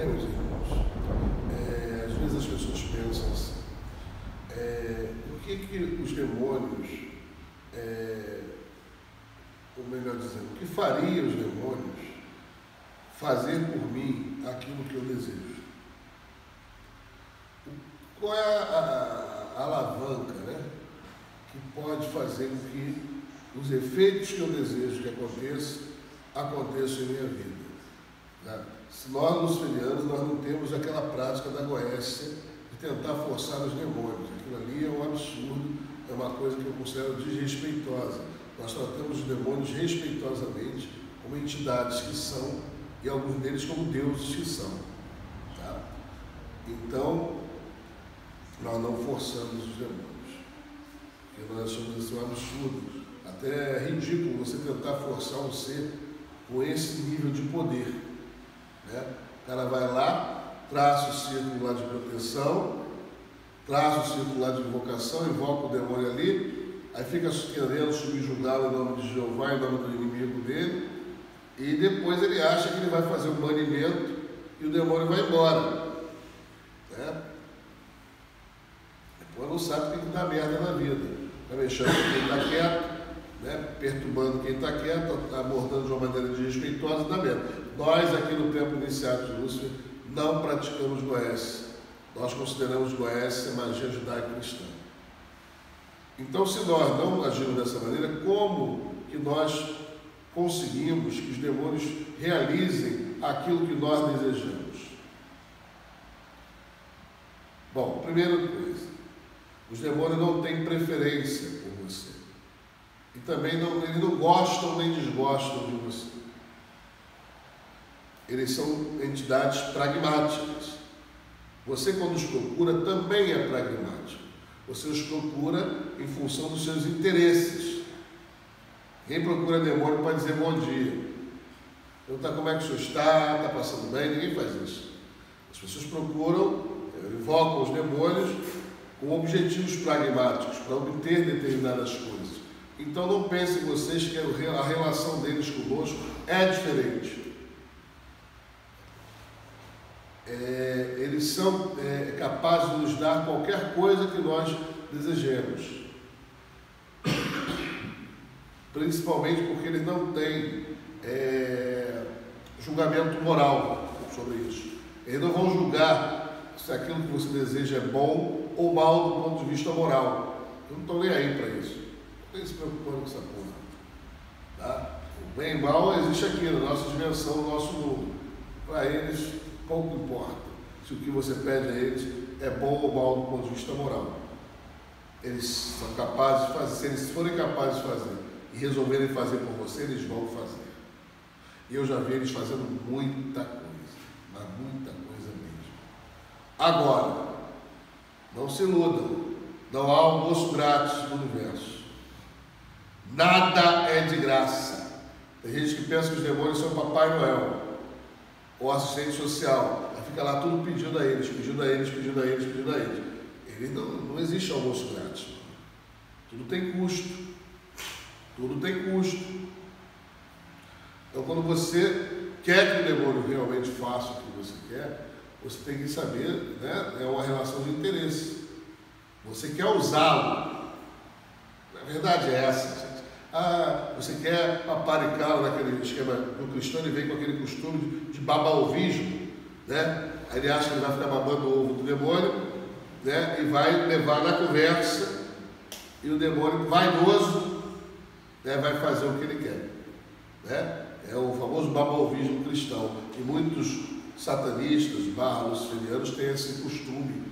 Bem, meus irmãos, às vezes as pessoas pensam assim, o que os demônios, ou melhor dizendo, o que faria os demônios fazer por mim aquilo que eu desejo? Qual é a alavanca, né, que pode fazer com que os efeitos que eu desejo que aconteçam em minha vida? Né? Se nós, luciferianos, nós não temos aquela prática da goécia de tentar forçar os demônios. Aquilo ali é um absurdo, é uma coisa que eu considero desrespeitosa. Nós tratamos os demônios respeitosamente como entidades que são, e alguns deles como deuses que são. Tá? Então, nós não forçamos os demônios, porque nós achamos isso um absurdo. Até é ridículo você tentar forçar um ser com esse nível de poder. Né? O cara vai lá, traça o círculo lá de proteção, traça o círculo lá de invocação, invoca o demônio ali, aí fica querendo subjugá-lo em nome de Jeová, em nome do inimigo dele, e depois ele acha que ele vai fazer um banimento e o demônio vai embora. Né? Depois não sabe que tem que dar merda na vida. Está mexendo com quem está quieto, né? Perturbando quem está quieto, abordando de uma maneira desrespeitosa, dá merda. Nós, aqui no Templo Iniciado de Lúcifer, não praticamos goécia. Nós consideramos goécia magia judaico-cristã. Então, se nós não agirmos dessa maneira, como que nós conseguimos que os demônios realizem aquilo que nós desejamos? Bom, primeira coisa, os demônios não têm preferência por você. E também eles não gostam nem desgostam de você. Eles são entidades pragmáticas. Você, quando os procura, também é pragmático. Você os procura em função dos seus interesses. Ninguém procura demônio para dizer bom dia. Perguntar como é que o senhor está passando bem, ninguém faz isso. As pessoas procuram, invocam os demônios com objetivos pragmáticos, para obter determinadas coisas. Então não pensem vocês que a relação deles conosco é diferente. Eles são capazes de nos dar qualquer coisa que nós desejemos. Principalmente porque eles não têm julgamento moral sobre isso. Eles não vão julgar se aquilo que você deseja é bom ou mal do ponto de vista moral. Eles não estão nem aí para isso. Não tem se preocupando com essa porra. Tá? O bem e o mal existe aqui na nossa dimensão, no nosso mundo. Para eles, pouco importa se o que você pede a eles é bom ou mal do ponto de vista moral. Eles são capazes de fazer. Se eles forem capazes de fazer e resolverem fazer por você, eles vão fazer. E eu já vi eles fazendo muita coisa, mas muita coisa mesmo. Agora, não se iludam, não há almoço grátis no universo. Nada é de graça. Tem gente que pensa que os demônios são Papai Noel ou assistente social. Aí fica lá tudo pedindo a eles, pedindo a eles, pedindo a eles, pedindo a eles. Ele não existe almoço grátis. Tudo tem custo. Tudo tem custo. Então, quando você quer que o demônio realmente faça o que você quer, você tem que saber, né? É uma relação de interesse. Você quer usá-lo. A verdade é essa, gente. Você quer paparicá-lo naquele esquema do cristão, ele vem com aquele costume de babaovismo, né? Aí ele acha que ele vai ficar babando o ovo do demônio, né? E vai levar na conversa, e o demônio vaidoso, né? Vai fazer o que ele quer, né? É o famoso babaovismo cristão. E muitos satanistas, luciferianos, têm esse costume,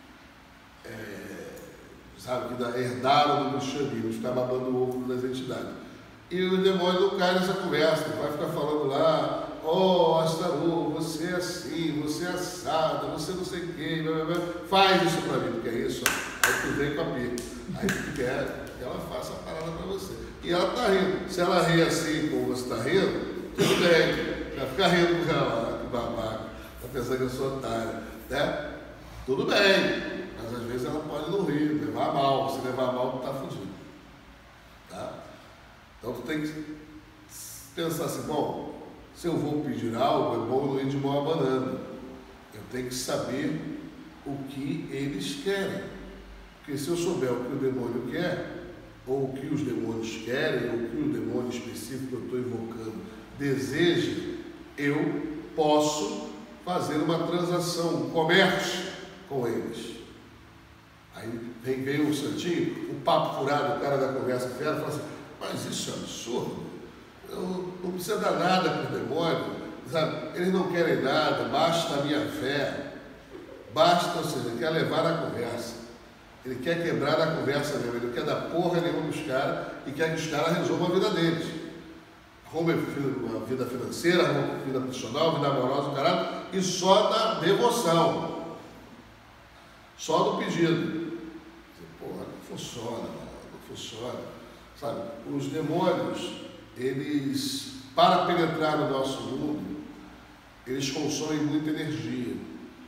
sabe, que herdaram do cristianismo, ficar babando o ovo das entidades. E o demônio não cai nessa conversa, vai ficar falando lá, Astaru, você é assim, você é assada, você não sei o quê, faz isso para mim, porque é isso, aí tu vem com a pica. Aí tu quer que ela faça a parada para você. E ela está rindo. Se ela ri assim como você está rindo, tudo bem. Vai ficar rindo com ela, que babaca, está pensando que eu sou otário, né? Tudo bem. Mas às vezes ela pode não rir, levar mal. Se levar mal, tu está fudido. Tá? Então tu tem que pensar assim, bom, se eu vou pedir algo, é bom eu não ir de mão abanando. tenho que saber o que eles querem. Porque se eu souber o que o demônio quer, ou o que os demônios querem, ou o que o demônio específico que eu estou invocando deseja, eu posso fazer uma transação, um comércio com eles. Aí vem o santinho, o papo furado, o cara da conversa fera, fala assim, mas isso é absurdo, não precisa dar nada para o demônio, sabe? Eles não querem nada, basta a minha fé, basta, ou seja, ele quer levar na conversa, ele quer quebrar na conversa mesmo, ele não quer dar porra nenhuma para os caras e quer que os caras resolvam a vida deles. Arruma a vida financeira, arruma a vida profissional, vida amorosa, o caralho, e só da devoção, só do pedido. Porra, não funciona, não funciona. Sabe, os demônios, eles, para penetrar no nosso mundo, eles consomem muita energia,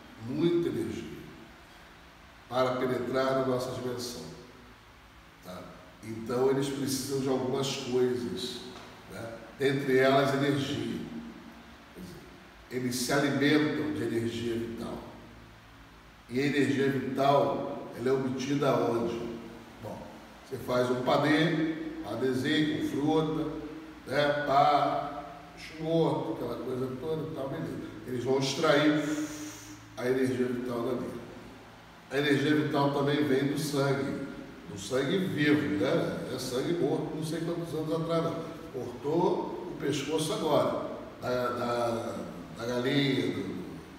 para penetrar na nossa dimensão. Tá? Então, eles precisam de algumas coisas, né? Dentre elas, energia. Eles se alimentam de energia vital. E a energia vital, ela é obtida aonde? Bom, você faz um padêzinho com fruta, né, pá, esgoto, aquela coisa toda e tal, beleza. Eles vão extrair a energia vital dali. A energia vital também vem do sangue vivo, né? É sangue morto, não sei quantos anos atrás não. Cortou o pescoço agora, da galinha, do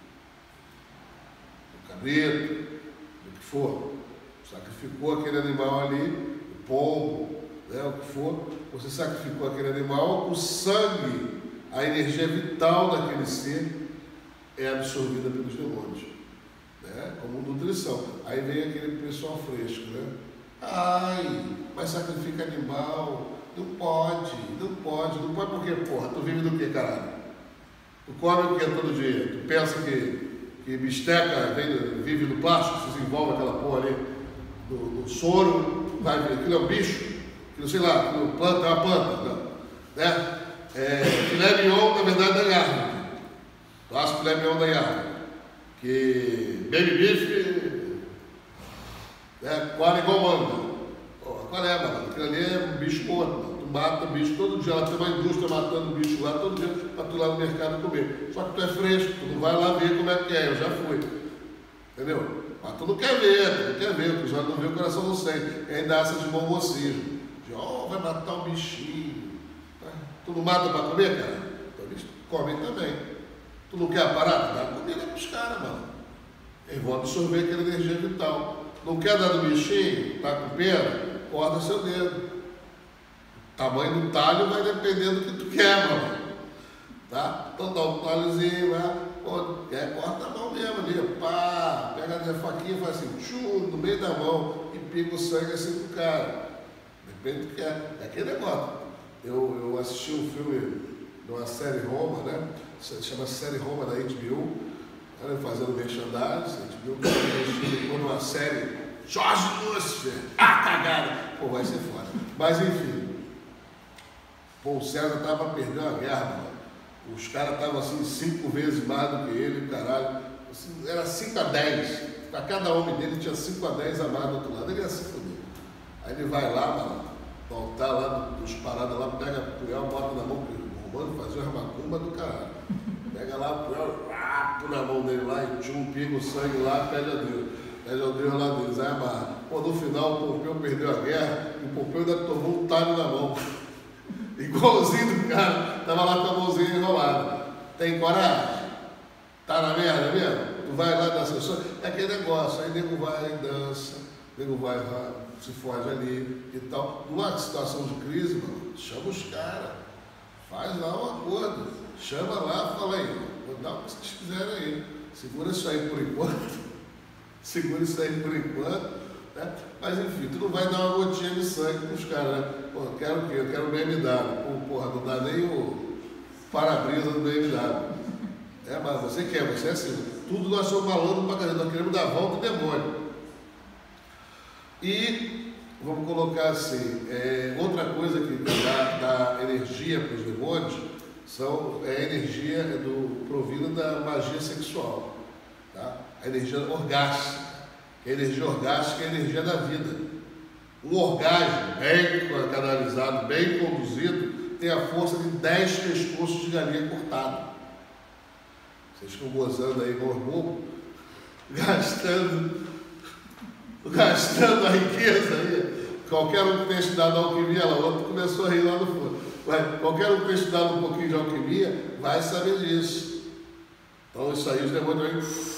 cabrito, do que for. Sacrificou aquele animal ali, o pombo, né, o que for. Você sacrificou aquele animal, o sangue, a energia vital daquele ser é absorvida pelos demônios, né, como nutrição. Aí vem aquele pessoal fresco, né? Ai, mas sacrifica animal. Não pode porque, porra, tu vive do que, caralho? Tu come o que todo dia? Tu pensa que bisteca vive do plástico, se desenvolve aquela porra ali, do soro, vai vir, aquilo é um bicho, aquilo, sei lá, aquilo planta, é uma planta, não, né? Filé mignon, na verdade, da árvore. Clássico filé mignon da árvore. Que baby beef, né? Qual igual manga. Qual é, mano? Aquilo ali é um bicho morto, mano. Tu mata bicho todo dia, ela tem uma indústria matando bicho lá todo dia para tu ir lá no mercado comer. Só que tu é fresco, tu não vai lá ver como é que é, eu já fui. Entendeu? Mas tu não quer ver, tu já não vê, o coração não sente. E ainda essa de bom mocismo. Vai matar um bichinho. Tu não mata para comer, cara? Então eles comem também. Tu não quer a parada? Dá comida para os caras, mano. Eles vão absorver aquela energia vital. Não quer dar do bichinho? Tá com pena? Corta seu dedo. O tamanho do talho vai depender do que tu quer, mano. Tá? Então dá um talhozinho, corta a mão mesmo ali, pá, pega a faquinha e faz assim, tchum, no meio da mão e pica o sangue assim pro cara. Depende do que é. É aquele negócio. Eu assisti um filme de uma série Roma, né? Chama série Roma da HBO, fazendo merchandising, HBO quando uma série Jorge Lúcifer, cagada, pô, vai ser foda. Mas enfim, pô, o César tava perdendo a guerra, mano. Os caras estavam assim 5 vezes mais do que ele, caralho. Assim, era 5 a 10. Para cada homem dele tinha 5 a 10 amados do outro lado. Ele ia se fuder. Aí ele vai lá, mano, voltar lá dos paradas lá, pega o punhal, bota na mão, roubando, fazia uma macumba do caralho. Pega lá o punhal, põe na mão dele lá e tchum, pica o sangue lá, pede a Deus. Pede ao Deus lá deles, aí amarra. Pô, no final o Pompeu perdeu a guerra e o Pompeu ainda tomou um talho na mão. Igualzinho do cara, tava lá com a mãozinha enrolada. Tem coragem? Tá na merda mesmo? Tu vai lá dar seu sonho? É aquele negócio, aí nego vai, dança, nego vai, se foge ali e tal. Numa situação de crise, mano, chama os caras, faz lá um acordo, chama lá, fala aí, vou dar o que vocês quiserem aí. Segura isso aí por enquanto, né? Mas enfim, tu não vai dar uma gotinha de sangue pros caras, né? Pô, eu quero o quê? Eu quero o BMW. Pô, porra, não dá nem o para-brisa do BMW. Mas você quer, você é assim. Tudo nós somos malandros pra caramba, nós queremos dar a volta ao demônio. E vamos colocar assim, outra coisa que dá energia para os demônios é a energia provida da magia sexual. tá? A energia orgástica, que a energia orgástica é a energia da vida. Um orgasmo bem canalizado, bem conduzido, tem a força de 10 pescoços de galinha cortado. Vocês ficam gozando aí com os bobos, gastando a riqueza aí. Qualquer um que tenha estudado alquimia, o outro começou a rir lá no fundo. Qualquer um que tenha estudado um pouquinho de alquimia vai saber disso. Então isso aí os demônios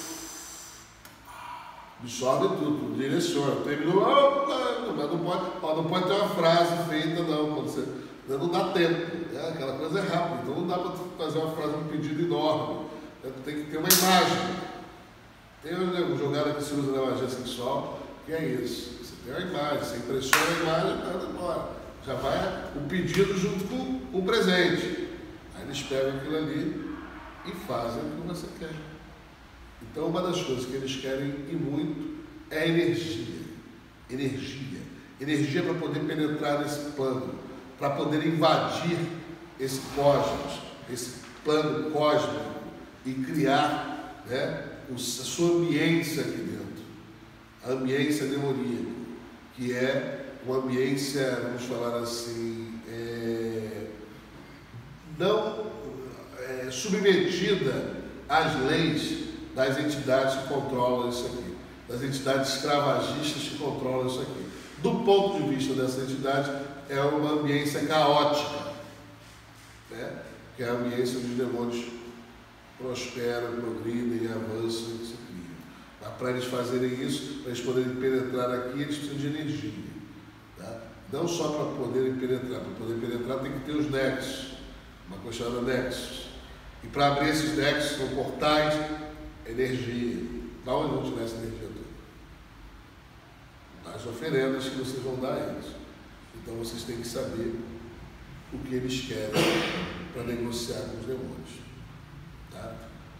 absorve tudo, direciona. Terminou, mas não pode ter uma frase feita, não. Quando você, não dá tempo. Aquela coisa é rápida, então não dá para fazer uma frase, um pedido enorme. Tem que ter uma imagem. Tem uma jogada que se usa na magia sexual, que é isso. Você tem uma imagem, você impressiona a imagem e vai embora. Já vai o pedido junto com o presente. Aí eles pegam aquilo ali e fazem o que você quer. Então, uma das coisas que eles querem e muito é energia. Energia para poder penetrar nesse plano, para poder invadir esse cosmos, esse plano cósmico e criar, né, a sua ambiência aqui dentro, a ambiência demoníaca, que é uma ambiência, vamos falar assim, não submetida às leis das entidades que controlam isso aqui, das entidades escravagistas que controlam isso aqui. Do ponto de vista dessa entidade, é uma ambiência caótica, né? Que é a ambiência onde os demônios prosperam, progridem, avançam e se criam. Mas para eles fazerem isso, para eles poderem penetrar aqui, eles precisam de energia. Tá? Não só para poderem penetrar, para poder penetrar tem que ter os nexos, uma coisa chamada nexos. E para abrir esses nexos, são portais, energia. Da onde vão tirar essa energia toda? Das oferendas que vocês vão dar a eles. Então vocês têm que saber o que eles querem para negociar com os demônios. Tá?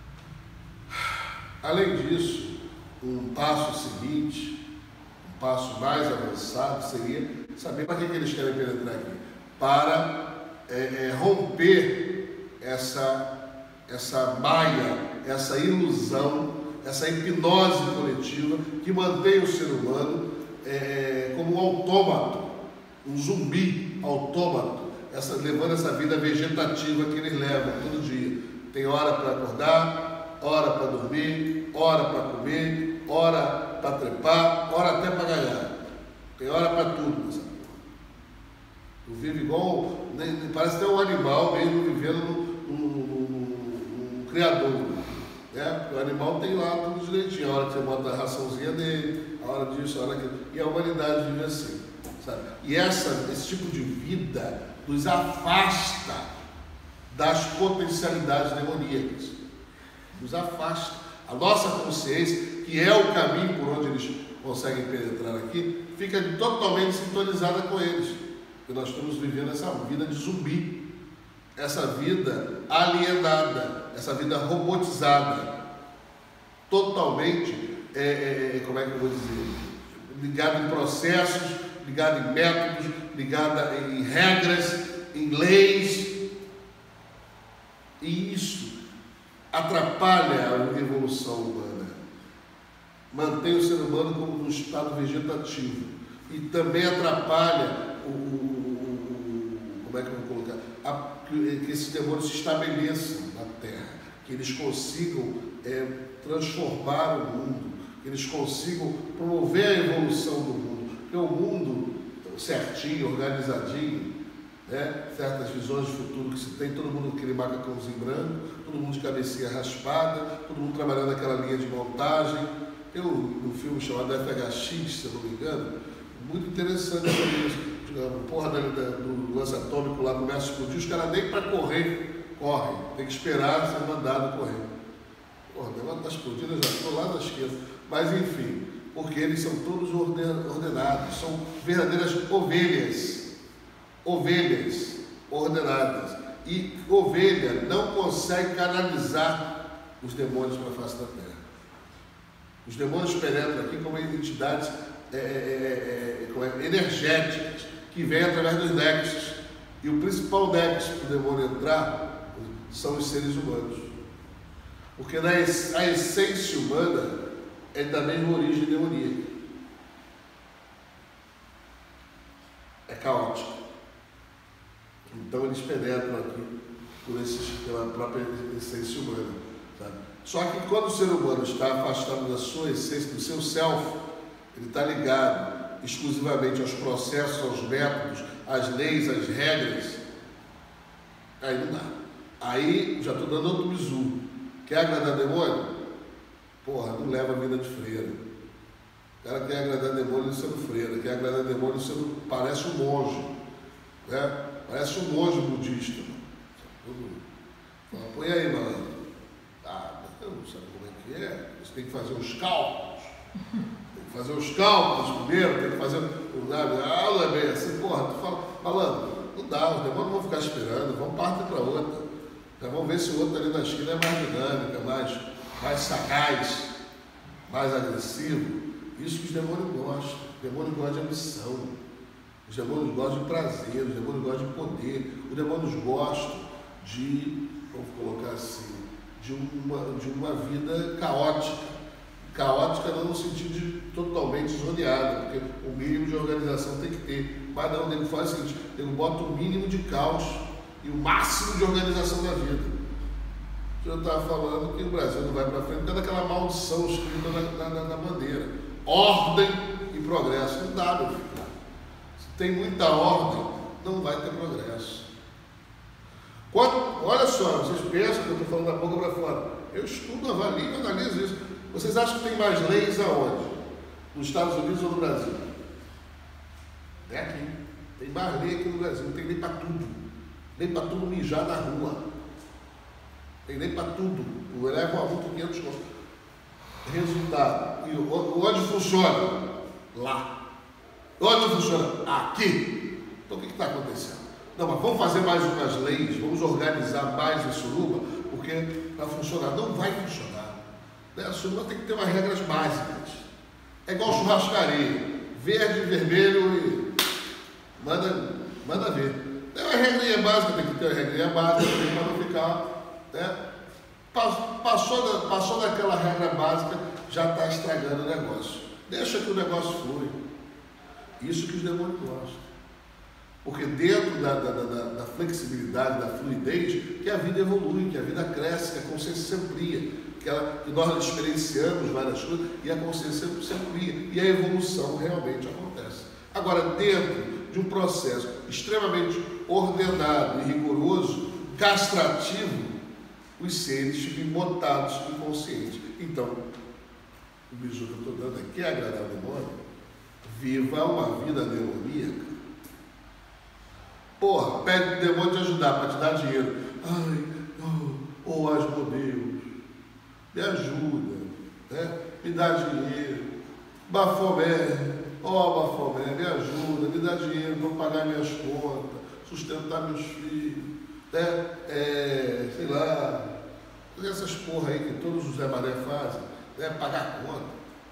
Além disso, um passo seguinte, um passo mais avançado seria saber para que eles querem penetrar aqui. Para romper essa maia, essa ilusão, essa hipnose coletiva que mantém o ser humano como um autômato, um zumbi autômato, levando essa vida vegetativa que eles levam todo dia. Tem hora para acordar, hora para dormir, hora para comer, hora para trepar, hora até para ganhar. Tem hora para tudo nessa porra. Tu vive igual, parece ter um animal mesmo vivendo no criador. Né? O animal tem lá tudo direitinho, a hora que você bota a raçãozinha dele, a hora disso, a hora daquilo. E a humanidade vive assim. Sabe? E esse tipo de vida nos afasta das potencialidades demoníacas. Nos afasta. A nossa consciência, que é o caminho por onde eles conseguem penetrar aqui, fica totalmente sintonizada com eles. Porque nós estamos vivendo essa vida de zumbi, essa vida alienada, essa vida robotizada, totalmente, como é que eu vou dizer, ligada em processos, ligada em métodos, ligada em regras, em leis, e isso atrapalha a evolução humana, mantém o ser humano como num estado vegetativo e também atrapalha como é que eu vou colocar? Que esses demônios se estabeleçam na Terra, que eles consigam transformar o mundo, que eles consigam promover a evolução do mundo, porque o mundo certinho, organizadinho, né? Certas visões de futuro que se tem, todo mundo com aquele macacãozinho branco, todo mundo de cabecinha raspada, todo mundo trabalhando naquela linha de montagem. Tem um filme chamado FHX, se eu não me engano, muito interessante isso. A porra do lance atômico lá começa a explodir, os caras nem para correr correm, tem que esperar ser mandado correr. Porra, o negócio está explodindo, eu já estou lá na esquerda. Mas enfim, porque eles são todos ordenados, são verdadeiras ovelhas ordenadas. E ovelha não consegue canalizar os demônios para a face da terra. Os demônios penetram aqui como entidades energéticas que vêm através dos nexos. E o principal nexo para o demônio entrar são os seres humanos. Porque a essência humana é da mesma origem demoníaca. É caótica. Então eles penetram aqui pela própria essência humana. Sabe? Só que quando o ser humano está afastado da sua essência, do seu self, ele está ligado exclusivamente aos processos, aos métodos, às leis, às regras, aí não dá. Aí já estou dando outro bizu. Quer agradar demônio? Porra, não leva a vida de freira. O cara quer agradar demônio sendo freira, quer agradar demônio sendo, parece um monge, né? Parece um monge budista. Fala, pô, e aí, malandro? Ah, eu não sei como é que é. Você tem que fazer os cálculos. Tem que fazer os cálculos primeiro, tem que fazer. Ah, não é bem assim, porra, tu fala, malandro, não dá, os demônios vão ficar esperando, vão partir para outra. Já vão ver se o outro ali na esquina é mais dinâmica, mais sagaz, mais agressivo. Isso que os demônios gostam. Os demônios gostam de ambição. Os demônios gostam de prazer, os demônios gostam de poder, os demônios gostam de, vamos colocar assim, de uma vida caótica. Caótica não no sentido de totalmente zoneada, porque o mínimo de organização tem que ter. Mas não, ele faz o seguinte, ele bota o mínimo de caos e o máximo de organização da vida. Eu estava falando que o Brasil não vai para frente por causa daquela maldição escrita na bandeira. Ordem e progresso. Não dá, meu filho. Se tem muita ordem, não vai ter progresso. Olha só, vocês pensam que eu estou falando da boca para fora. Eu estudo, avalio, analiso isso. Vocês acham que tem mais leis aonde? Nos Estados Unidos ou no Brasil? É aqui. Tem mais lei aqui no Brasil. Tem lei para tudo. Lei para tudo mijar na rua. Tem lei para tudo. Eu levo a multa 500 contos. Resultado. E onde funciona? Lá. Onde não funciona? Aqui. Então o que está acontecendo? Não, mas vamos fazer mais umas leis, vamos organizar mais a suruba, porque para funcionar não vai funcionar. A suruba tem que ter umas regras básicas. É igual churrascaria. Verde, vermelho e manda ver. Tem uma regrinha básica, tem que ter uma regrinha básica para não ficar, né? Passou daquela regra básica, já está estragando o negócio. Deixa que o negócio flui. Isso que os demônios gostam. Porque dentro da flexibilidade, da fluidez, que a vida evolui, que a vida cresce, que a consciência se amplia, que nós experienciamos várias coisas e a consciência se amplia. E a evolução realmente acontece. Agora, dentro de um processo extremamente ordenado e rigoroso, castrativo, os seres ficam botados inconscientes. Então, o bicho que eu estou dando é: quer agradar o demônio? Viva uma vida demoníaca. Porra, pede o demônio te ajudar para te dar dinheiro. Ai, Asmodeus, me ajuda, né? Me dá dinheiro. Bafomé, Bafomé, me ajuda, me dá dinheiro para pagar minhas contas, sustentar meus filhos, né? Sei lá, essas porra aí que todos os Zé Mané fazem, né? Pagar conta.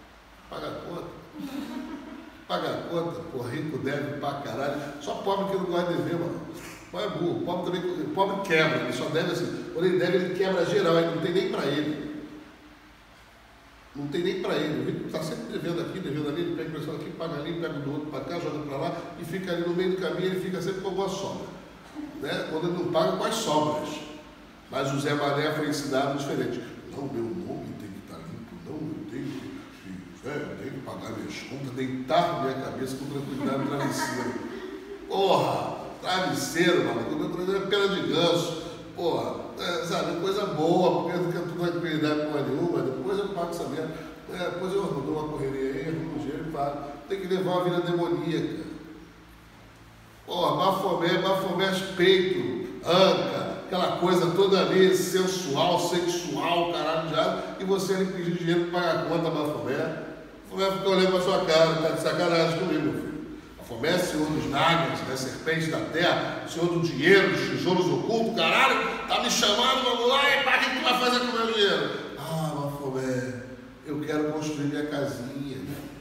Paga a conta, porra, rico deve pra caralho. Só pobre que não gosta de dever, mano. Pobre é burro, pobre quebra, ele só deve assim. Quando ele deve, ele quebra geral, aí não tem nem pra ele. Não tem nem pra ele. O rico está sempre devendo aqui, devendo ali, ele pega pressão aqui, paga ali, pega do outro pra cá, joga pra lá e fica ali no meio do caminho, ele fica sempre com alguma sobra. Né? Quando ele não paga, com as sobras. Mas o Zé Mané foi ensinado diferente. Não, meu nome tem que estar limpo, não, eu tenho que pagar minhas contas, deitar na minha cabeça com tranquilidade no travesseiro. Porra, travesseiro, mano, é pena de ganso. Porra, sabe, coisa boa, porque eu não tenho tranquilidade com nenhuma, depois eu pago essa merda. Depois eu dou uma correria aí, arrumo um dinheiro e pago. Tem que levar uma vida demoníaca. Porra, Bafomé, peito, anca, aquela coisa toda ali, sensual, sexual, caralho, já, e você ali pedir dinheiro para pagar a conta, Bafomé. Bafomé fica olhando para sua cara, tá de sacanagem comigo, meu filho. Bafomé é senhor dos nagas, né, serpentes da terra, senhor do dinheiro, dos tesouros ocultos, caralho, tá me chamando, vamos lá, e para que tu vai fazer com o meu dinheiro? Ah, Bafomé, eu quero construir minha casinha,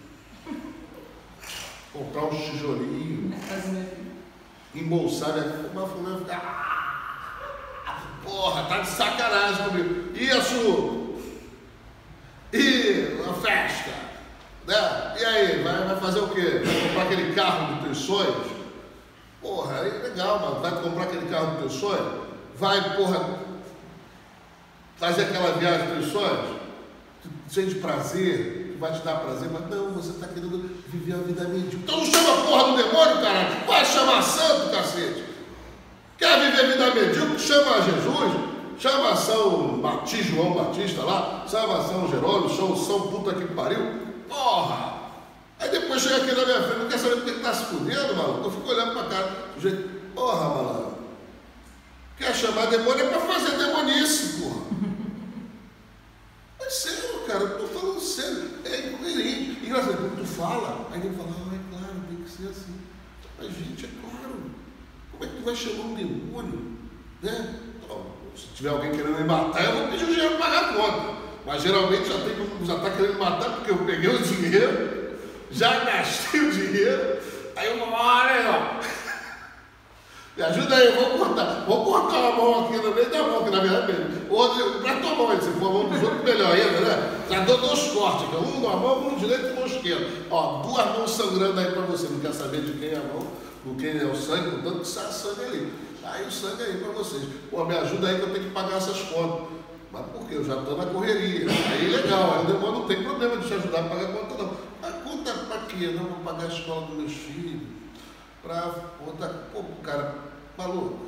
comprar uns tijolinhos, embolsar minha... Bafomé fica... Porra, Porra, tá de sacanagem comigo. Isso! E a festa? Né? E aí, vai fazer o quê? Vai comprar aquele carro dos teus sonhos? Porra, aí legal, mano. Vai comprar aquele carro dos teus sonhos? Vai, porra, fazer aquela viagem dos teus sonhos? Cheio de prazer, que vai te dar prazer, mas não, você está querendo viver a vida medíocre. Então não chama a porra do demônio, caralho. Vai chamar santo, cacete. Quer viver a vida medíocre? Chama Jesus, chama São João Batista lá, chama São Jerônimo, São puta que pariu. Porra! Aí depois chega aqui na minha frente, não quer saber porque ele está se fudendo, maluco? Eu fico olhando pra cara do jeito, porra, maluco. Quer chamar demônio é pra fazer demonice, porra. É sério, cara, eu tô falando sério, é incoerente. Engraçado, quando tu fala, aí ele fala, é claro, tem que ser assim. Mas, gente, é claro, como é que tu vai chamar um demônio? Né? Então, se tiver alguém querendo me matar, eu vou pedir o dinheiro para pagar a conta. Mas geralmente já está querendo me matar porque eu peguei o dinheiro, já gastei o dinheiro, aí eu vou, olha aí, ó. Me ajuda aí, vou cortar uma mão aqui no meio da mão, que na verdade mesmo. Para tua mão aí, se for a mão dos outros, melhor ainda, né? Já dou 2 cortes, um na mão, um direito e um esquerdo. Ó, 2 mãos sangrando aí para você, não quer saber de quem é a mão, com quem é o sangue, contanto que sai sangue ali. Aí o sangue aí para vocês. Pô, me ajuda aí que eu tenho que pagar essas contas. Mas por quê? Eu já estou na correria. Aí legal, aí o demônio não tem problema de te ajudar a pagar a conta, não. A conta para quê? Não, vou pagar a escola dos meus filhos. Para outra. Pô, cara, maluco.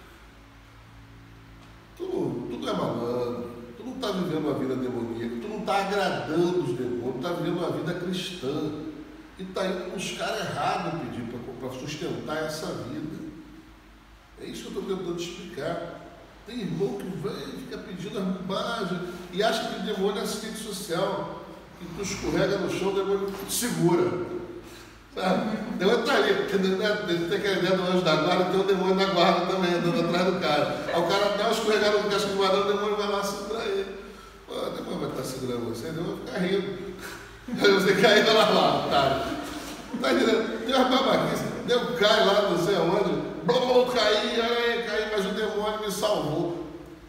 Tu não é malandro. Tu não está vivendo uma vida demoníaca. Tu não está agradando os demônios. Tu está vivendo uma vida cristã. E está indo com os caras errados pedir para sustentar essa vida. É isso que eu estou tentando explicar. Tem irmão que vai fica pedindo a bobagem e acha que o demônio é assistente social. E tu escorrega no chão, o demônio te segura. Sabe? O demônio está ali. Ele tem aquela ideia do anjo da guarda, tem o demônio da guarda também, andando atrás do cara. Aí o cara dá uma escorregada no casco do guarda, o demônio vai lá segurar ele. Pô, o demônio vai estar segurando você, o demônio vai ficar rindo. Aí você cai e vai lá, otário. Tá entendendo? Tem umas babaquices. Deu cai lá, não sei aonde. Caí, mas o demônio me salvou.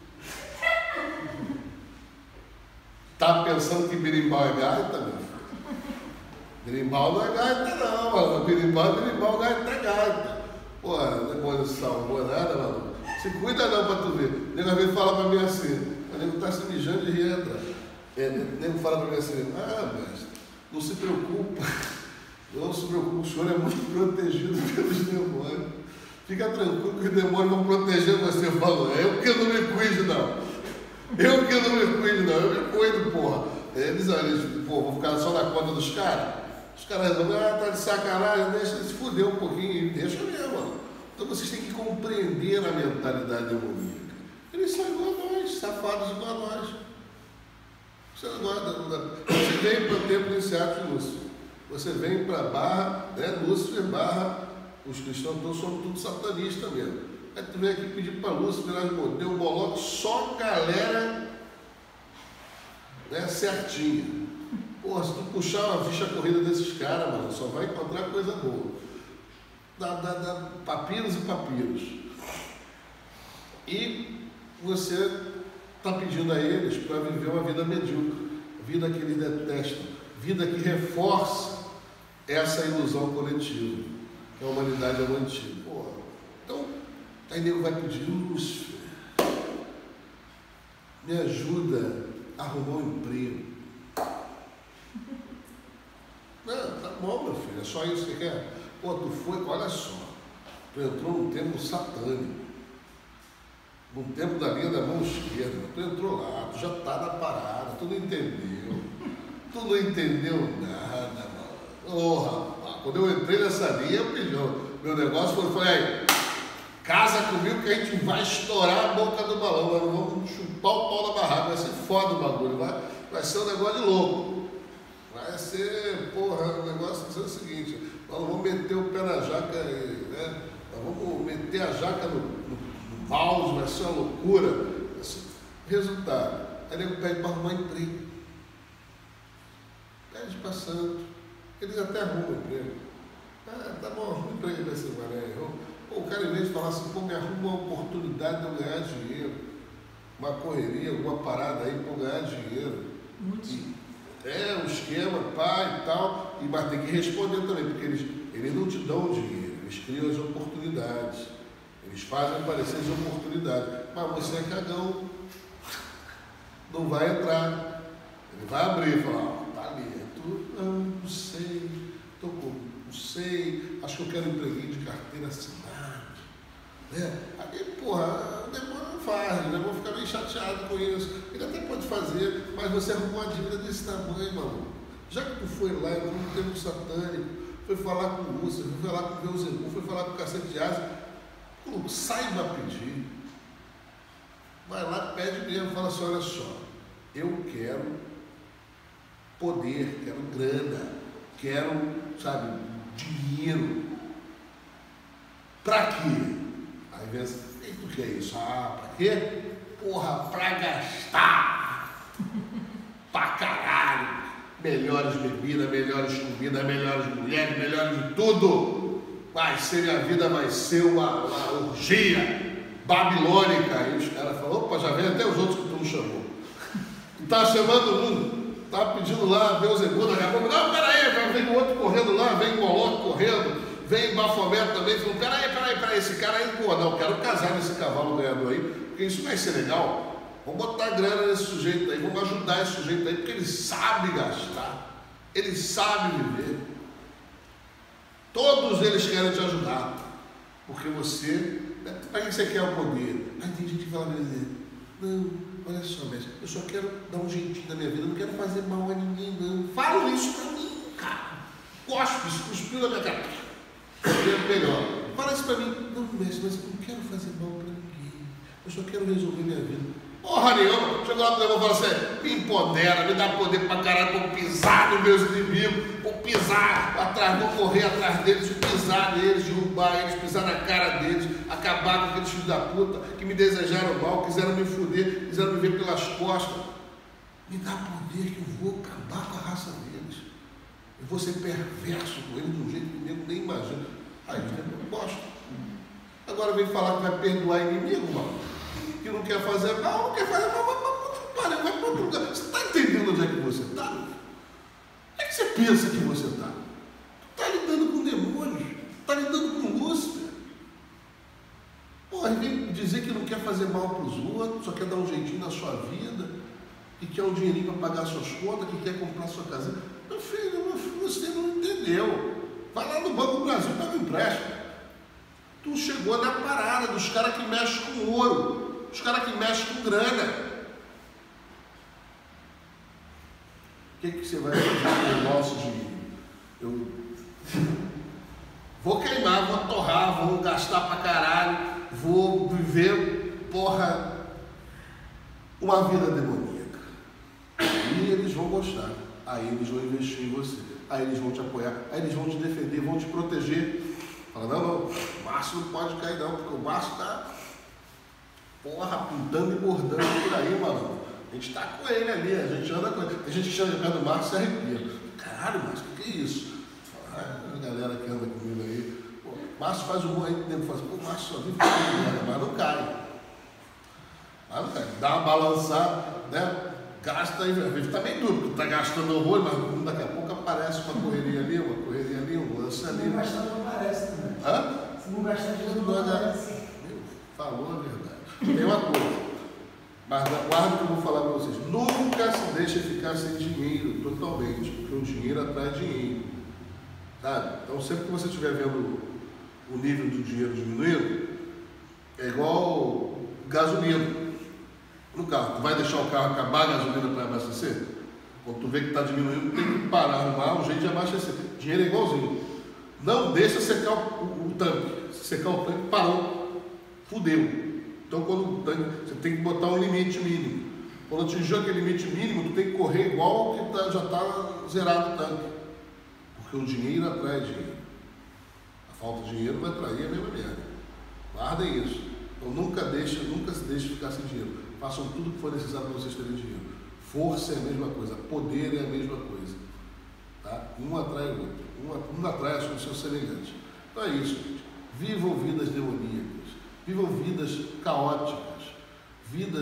Tá pensando que berimbau é gaita, meu filho? Berimbau não é gaita, não, mano. Berimbau, gaita é gaita. Pô, o demônio salvou nada, mano. Se cuida não pra tu ver. O nego às vezes fala pra mim assim, o nego tá se mijando de rir atrás. O nego fala pra mim assim, mestre, não se preocupa. Não se preocupe, o senhor é muito protegido pelos demônios. Fica tranquilo que os demônios vão proteger você. Falou, eu que não me cuido, não. Eu me cuido, porra. Eles, vou ficar só na conta dos caras. Os caras resolvem, tá de sacanagem, deixa eles se fuder um pouquinho, deixa mesmo, mano. Então vocês têm que compreender a mentalidade demoníaca. Eles são igual a nós, safados igual a nós. Você vem para o templo iniciado de Lúcifer. Você vem para Barra, né? Lúcifer, Barra, os cristãos todos são tudo satanistas mesmo. Aí tu vem aqui pedir para Lúcifer, deu um bolote, só galera, né, certinha. Porra, se tu puxar uma ficha corrida desses caras, mano, só vai encontrar coisa boa. Dá papiros e papiros. E você está pedindo a eles para viver uma vida medíocre, vida que eles detestam, vida que reforça essa ilusão coletiva, que a humanidade é mantida. Então, aí nego vai pedir, Lúcifer, me ajuda a arrumar um emprego. Não, tá bom, meu filho, é só isso que você quer? Pô, tu foi, olha só, tu entrou num templo satânico, num templo da linha da mão esquerda, tu entrou lá, tu já tá na parada, tu não entendeu nada, mano. Rapaz, quando eu entrei nessa linha, meu negócio foi aí, casa comigo que a gente vai estourar a boca do balão, nós vamos chupar o pau da barraca, vai ser foda o bagulho, vai ser um negócio de louco. Vai ser, o negócio vai ser o seguinte, nós vamos meter o pé na jaca, né? Nós vamos meter a jaca no mouse, vai ser uma loucura. Resultado, aí nego pede para arrumar emprego. Pede para santo. Eles até arrumam emprego. Tá bom, arruma emprego nesse mané. O cara, em vez de falar assim, me arruma uma oportunidade de eu ganhar dinheiro. uma correria, alguma parada aí para ganhar dinheiro. O esquema, pai e tal, mas tem que responder também, porque eles não te dão dinheiro, eles criam as oportunidades, eles fazem aparecer as oportunidades, mas você é cagão, não vai entrar, ele vai abrir e falar, tá ali, não sei, não sei, acho que eu quero um empreguinho de carteira assinada, né? Aí, porra, o demônio não faz, o demônio fica meio chateado com isso, ele até pode fazer, mas você arrumou uma dívida desse tamanho, mano. Já que tu foi lá, entrou no templo satânico, foi falar com o Lúcifer, foi falar com o Beelzebub, foi falar com o cacete de asa, saiba pedir, vai lá, pede mesmo, fala assim, olha só, eu quero poder, quero grana, quero, sabe, dinheiro. Pra quê? Aí vem assim, e tu quer isso? Ah, pra quê? Porra, pra gastar! Pra caralho! Melhores bebidas, melhores comidas, melhores mulheres, melhores de tudo! Minha vida vai ser uma orgia babilônica. Aí os caras falam, opa, já vem até os outros que tu não chamou. Tu tá chamando um, tá pedindo lá, Beelzebub, daqui a pouco, não, peraí, vem o outro correndo lá, vem o Moloco correndo, vem Bafomé também, falando, peraí, esse cara aí, pô, não, quero casar nesse cavalo ganhador aí, porque isso vai ser legal. Vamos botar grana nesse sujeito aí, vamos ajudar esse sujeito aí, porque ele sabe gastar, ele sabe viver. Todos eles querem te ajudar, porque você, para que você quer o poder? Aí tem gente que fala, não, olha só, mestre, eu só quero dar um jeitinho na minha vida, não quero fazer mal a ninguém, não. Fala isso pra mim, cara. Gosto disso, cuspiu na minha cara. Melhor. Fala isso pra mim. Não, mestre, mas eu não quero fazer mal pra ninguém. Eu só quero resolver minha vida. Porra nenhuma. Chegou lá pro negócio e falou assim, me empodera, me dá poder pra caralho pra eu pisar nos meus inimigos, vou pisar atrás, vou correr atrás deles, pisar neles, derrubar eles, pisar na cara deles, acabar com aqueles filhos da puta que me desejaram mal, quiseram me fuder, quiseram me ver pelas costas. Me dá poder que eu vou acabar com a raça deles. Eu vou ser perverso com eles de um jeito que o nego nem imagina. Aí eu gosto. Agora vem falar que vai perdoar inimigo, mano. Que não quer fazer mal, não quer fazer mal, vai para outro lugar. Você está entendendo onde é que você está? Onde é que você pensa que você está? Tu está lidando com demônios, está lidando com Lúcifer. Porra, vem dizer que não quer fazer mal para os outros, só quer dar um jeitinho na sua vida, que quer um dinheirinho para pagar suas contas, que quer comprar sua casa. Meu filho, você não entendeu. Vai lá no Banco do Brasil e pega um empréstimo. Tu chegou na parada dos caras que mexem com ouro, os caras que mexem com grana. O que você vai fazer com o nosso dinheiro? Eu vou queimar, vou torrar, vou gastar pra caralho, vou viver, porra, uma vida demoníaca. E eles vão gostar. Aí eles vão investir em você. Aí eles vão te apoiar. Aí eles vão te defender, vão te proteger. Fala, não, o Márcio não pode cair não, porque o Márcio está, porra, pintando e bordando por aí, mano. A gente está com ele ali, a gente anda com ele. Tem gente que chega perto do Márcio e se arrepia. Caralho, Márcio, o que é isso? Fala, a galera que anda comigo aí, pô, Márcio faz um aí, o tempo fala assim, pô, Márcio só vive com mas não cai. Mas não cai. Dá uma balançada, né? Gasta aí, está bem duro, porque está gastando horror, mas daqui a pouco aparece uma correria ali, um lance ali. Se não gastar, não aparece também. Hã? Se não gastar, não aparece. Falou a verdade. Tem uma coisa, mas guarda que eu vou falar para vocês. Nunca se deixe ficar sem dinheiro totalmente, porque o dinheiro atrai dinheiro. Sabe? Então, sempre que você estiver vendo o nível do dinheiro diminuindo, é igual gasolina. No carro, tu vai deixar o carro acabar a gasolina para abastecer? Quando tu vê que está diminuindo, tem que parar, arrumar um jeito de abastecer. Dinheiro é igualzinho. Não deixa secar o tanque. Se secar o tanque, parou. Fudeu. Então, quando o tanque, você tem que botar um limite mínimo. Quando atingir aquele limite mínimo, tu tem que correr igual ao que já está zerado o tanque. Porque o dinheiro atrai dinheiro. A falta de dinheiro vai atrair a mesma merda. Guardem isso. Então, nunca se deixe ficar sem dinheiro. Façam tudo que for necessário para vocês terem dinheiro. Força é a mesma coisa, poder é a mesma coisa. Tá? Um atrai o outro, um atrai os seus semelhantes. Então é isso, gente. Vivam vidas demoníacas, vivam vidas caóticas, vidas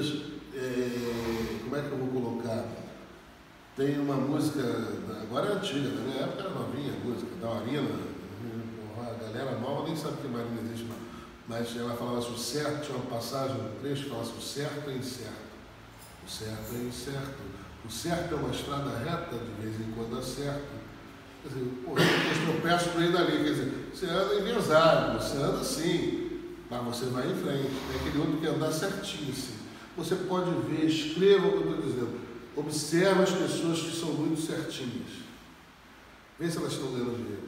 como é que eu vou colocar? Tem uma música, agora é antiga, na minha época era novinha a música, da Marina, a galera nova nem sabe que Marina existe, não. Mas ela falava assim, o certo, tinha uma passagem, um trecho que falava assim, o certo é incerto, o certo é incerto, o certo é uma estrada reta, de vez em quando acerto. Quer dizer, pô, eu tropeço no meio dali, quer dizer, você anda enviesado, você anda assim, mas você vai em frente, tem aquele outro que andar certinho assim. Você pode ver, escreva o que eu estou dizendo, observa as pessoas que são muito certinhas, vê se elas estão ganhando dinheiro.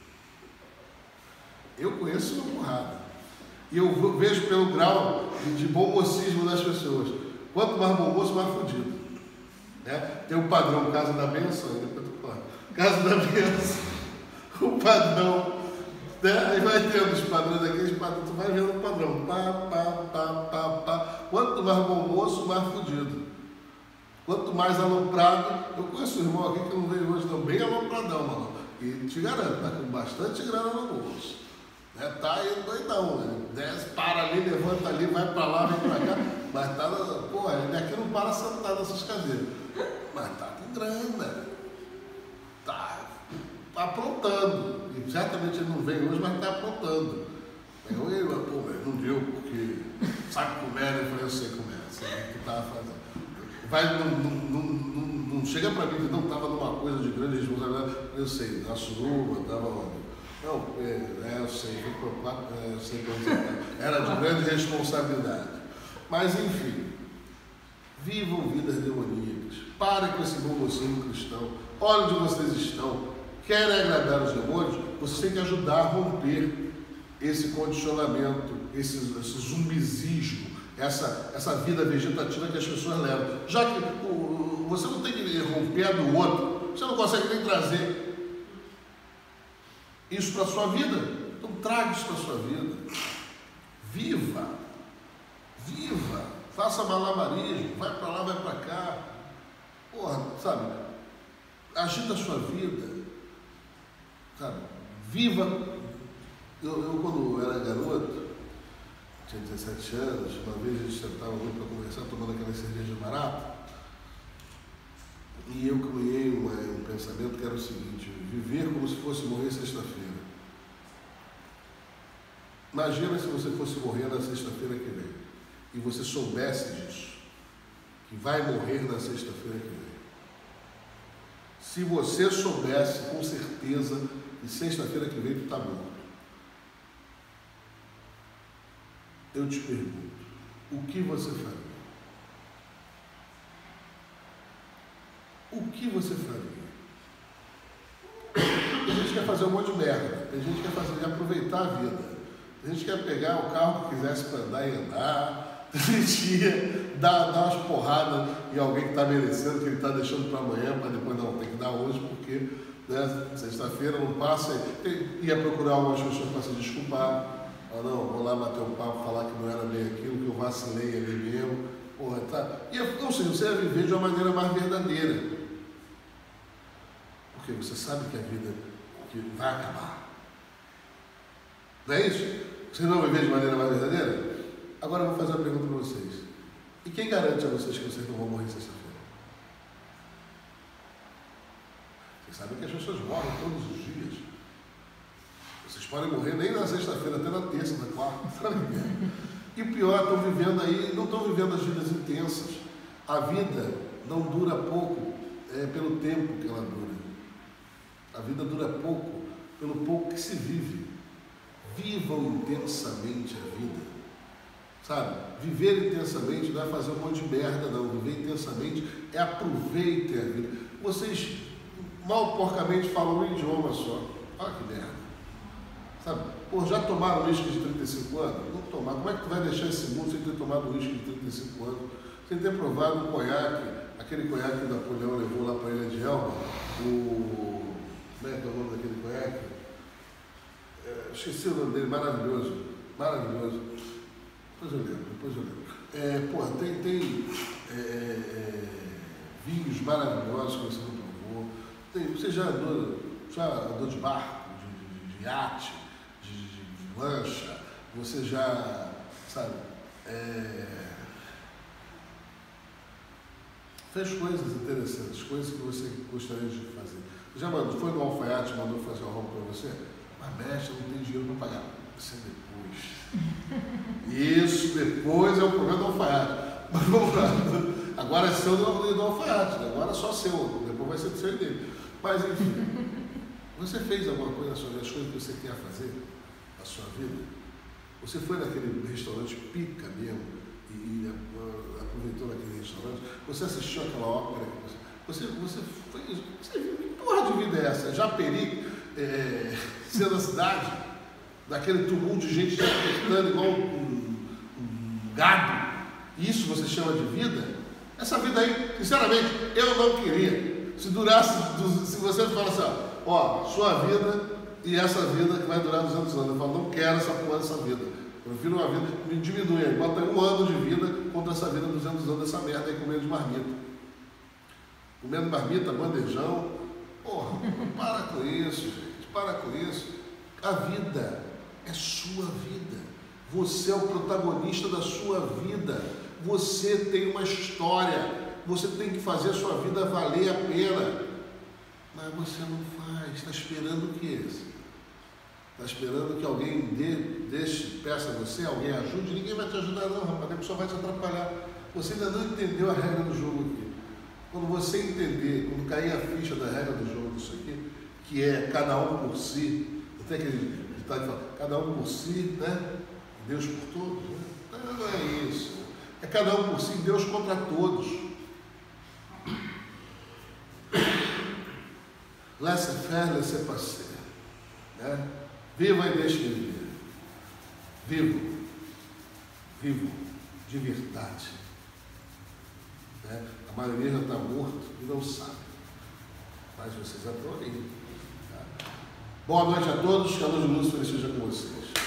Eu conheço uma porrada, e eu vejo pelo grau de bom mocismo das pessoas, quanto mais bom moço, mais fudido. Né? Tem um padrão, Casa da Benção, Casa da Benção, o padrão, né? Aí vai tendo os padrões aqui, tu vai vendo o padrão, pá. Quanto mais bom moço, mais fudido. Quanto mais aloprado, eu conheço um irmão aqui que não veio hoje, não, bem alopradão, mano. E te garanto, tá com bastante grana no bolso. Né? Tá aí doidão, né? Desce, para ali, levanta ali, vai pra lá, vem pra cá. Mas tá, pô, ele aqui não para sentado nessas cadeiras. Mas tá com grana. Tá aprontando. E certamente ele não veio hoje, mas está aprontando. Eu, pô, não deu, porque sabe comer, eu falei, eu sei comer, sei o que estava fazendo. Vai, não chega para mim que não estava numa coisa de grande responsabilidade, eu sei, na suruba, estava onde? Não, eu sei, eu sei quando era de grande responsabilidade. Mas enfim, vivam vidas demoníacas, parem com esse bom mocinho cristão, olhem onde vocês estão, querem agradar os demônios, vocês têm que ajudar a romper esse condicionamento, esse zumbizismo, essa vida vegetativa que as pessoas levam. Já que você não tem que romper a do outro, você não consegue nem trazer isso para a sua vida, então traga isso para a sua vida. Viva, faça malabarismo, vai para lá, vai para cá, porra, sabe, agita a sua vida, sabe, viva. Eu quando era garoto, tinha 17 anos, uma vez a gente sentava muito para conversar, tomando aquela cerveja barata, e eu criei um pensamento que era o seguinte: viver como se fosse morrer sexta-feira. Imagina se você fosse morrer na sexta-feira que vem, e você soubesse disso, que vai morrer na sexta-feira que vem. Se você soubesse com certeza que sexta-feira que vem tu está morto, eu te pergunto, o que você faria? O que você faria? Tem gente que quer fazer um monte de merda, tem gente que quer aproveitar a vida, tem gente que quer pegar o carro que quisesse para andar e andar, tem gente que ia dar umas porradas em alguém que está merecendo, que ele está deixando para amanhã, para depois não, tem que dar hoje, porque né, sexta-feira não passa, ia procurar algumas pessoas para se desculpar. Ah, não, vou lá bater um papo, falar que não era bem aquilo, que eu vacilei ali mesmo. Porra, tá. Ou seja, você ia viver de uma maneira mais verdadeira. Porque você sabe que a vida que vai acabar. Não é isso? Você não vai viver de maneira mais verdadeira? Agora eu vou fazer uma pergunta para vocês. E quem garante a vocês que vocês não vão morrer sexta-feira? Vocês sabem que as pessoas morrem todos os dias. Vocês podem morrer nem na sexta-feira, até na terça, na quarta, sabe? E o pior, estão vivendo aí, não estão vivendo as vidas intensas. A vida não dura pouco, pelo tempo que ela dura. A vida dura pouco, pelo pouco que se vive. Vivam intensamente a vida. Sabe? Viver intensamente não é fazer um monte de merda, não. Viver intensamente é aproveitem a vida. Vocês mal porcamente falam um idioma só. Olha que merda. Sabe? Pô, já tomaram uísque de 35 anos? Não tomar. Como é que tu vai deixar esse mundo sem ter tomado uísque de 35 anos? Sem ter provado um conhaque, aquele conhaque que o Napoleão levou lá para a Ilha de Elba, como é que é o nome daquele conhaque? Esqueci o nome dele, maravilhoso. Depois eu lembro. Pô, tem vinhos maravilhosos que você não provou. Você já andou de barco, de iate, de lancha, você já, sabe, fez coisas interessantes, coisas que você gostaria de fazer. Já foi no alfaiate, mandou fazer uma roupa para você? Mas mestre, não tem dinheiro para pagar. Isso é depois. Isso, depois é o problema do alfaiate. Mas vamos lá. Agora é seu do alfaiate, agora é só seu, depois vai ser do seu e dele. Mas enfim, você fez alguma coisa sobre as coisas que você quer fazer na sua vida? Você foi naquele restaurante pica mesmo e aproveitou naquele restaurante? Você assistiu aquela ópera? Você fez? Você viu? Que porra de vida é essa? Japeri, sendo a cidade, daquele tumulto de gente se apertando igual um gado. Isso você chama de vida? Essa vida aí, sinceramente, eu não queria. Se durasse, se você fala assim, ó, sua vida e essa vida que vai durar 200 anos. Eu falo, não quero essa porra dessa vida. Eu prefiro uma vida, me diminui aí, bota 1 ano de vida contra essa vida 200 anos dessa merda aí comendo de marmita. Comendo marmita, bandejão. Porra, para com isso, gente, para com isso. A vida é sua vida. Você é o protagonista da sua vida. Você tem uma história. Você tem que fazer a sua vida valer a pena. Mas você não faz. Está esperando o quê? Está esperando que alguém peça a você, alguém ajude? Ninguém vai te ajudar não, rapaz. A pessoa vai te atrapalhar. Você ainda não entendeu a regra do jogo aqui. Quando você entender, quando cair a ficha da regra do jogo disso aqui, que é cada um por si, até aquele ditado que fala, cada um por si, né? Deus por todos, né? Não é isso. É cada um por si, Deus contra todos. Laissez-faire, laissez-passer. Né? Viva e deixe viver. Vivo de verdade. Né? A maioria já está morto e não sabe. Mas vocês estão aí. Tá? Boa noite a todos, que a luz de luz seja com vocês.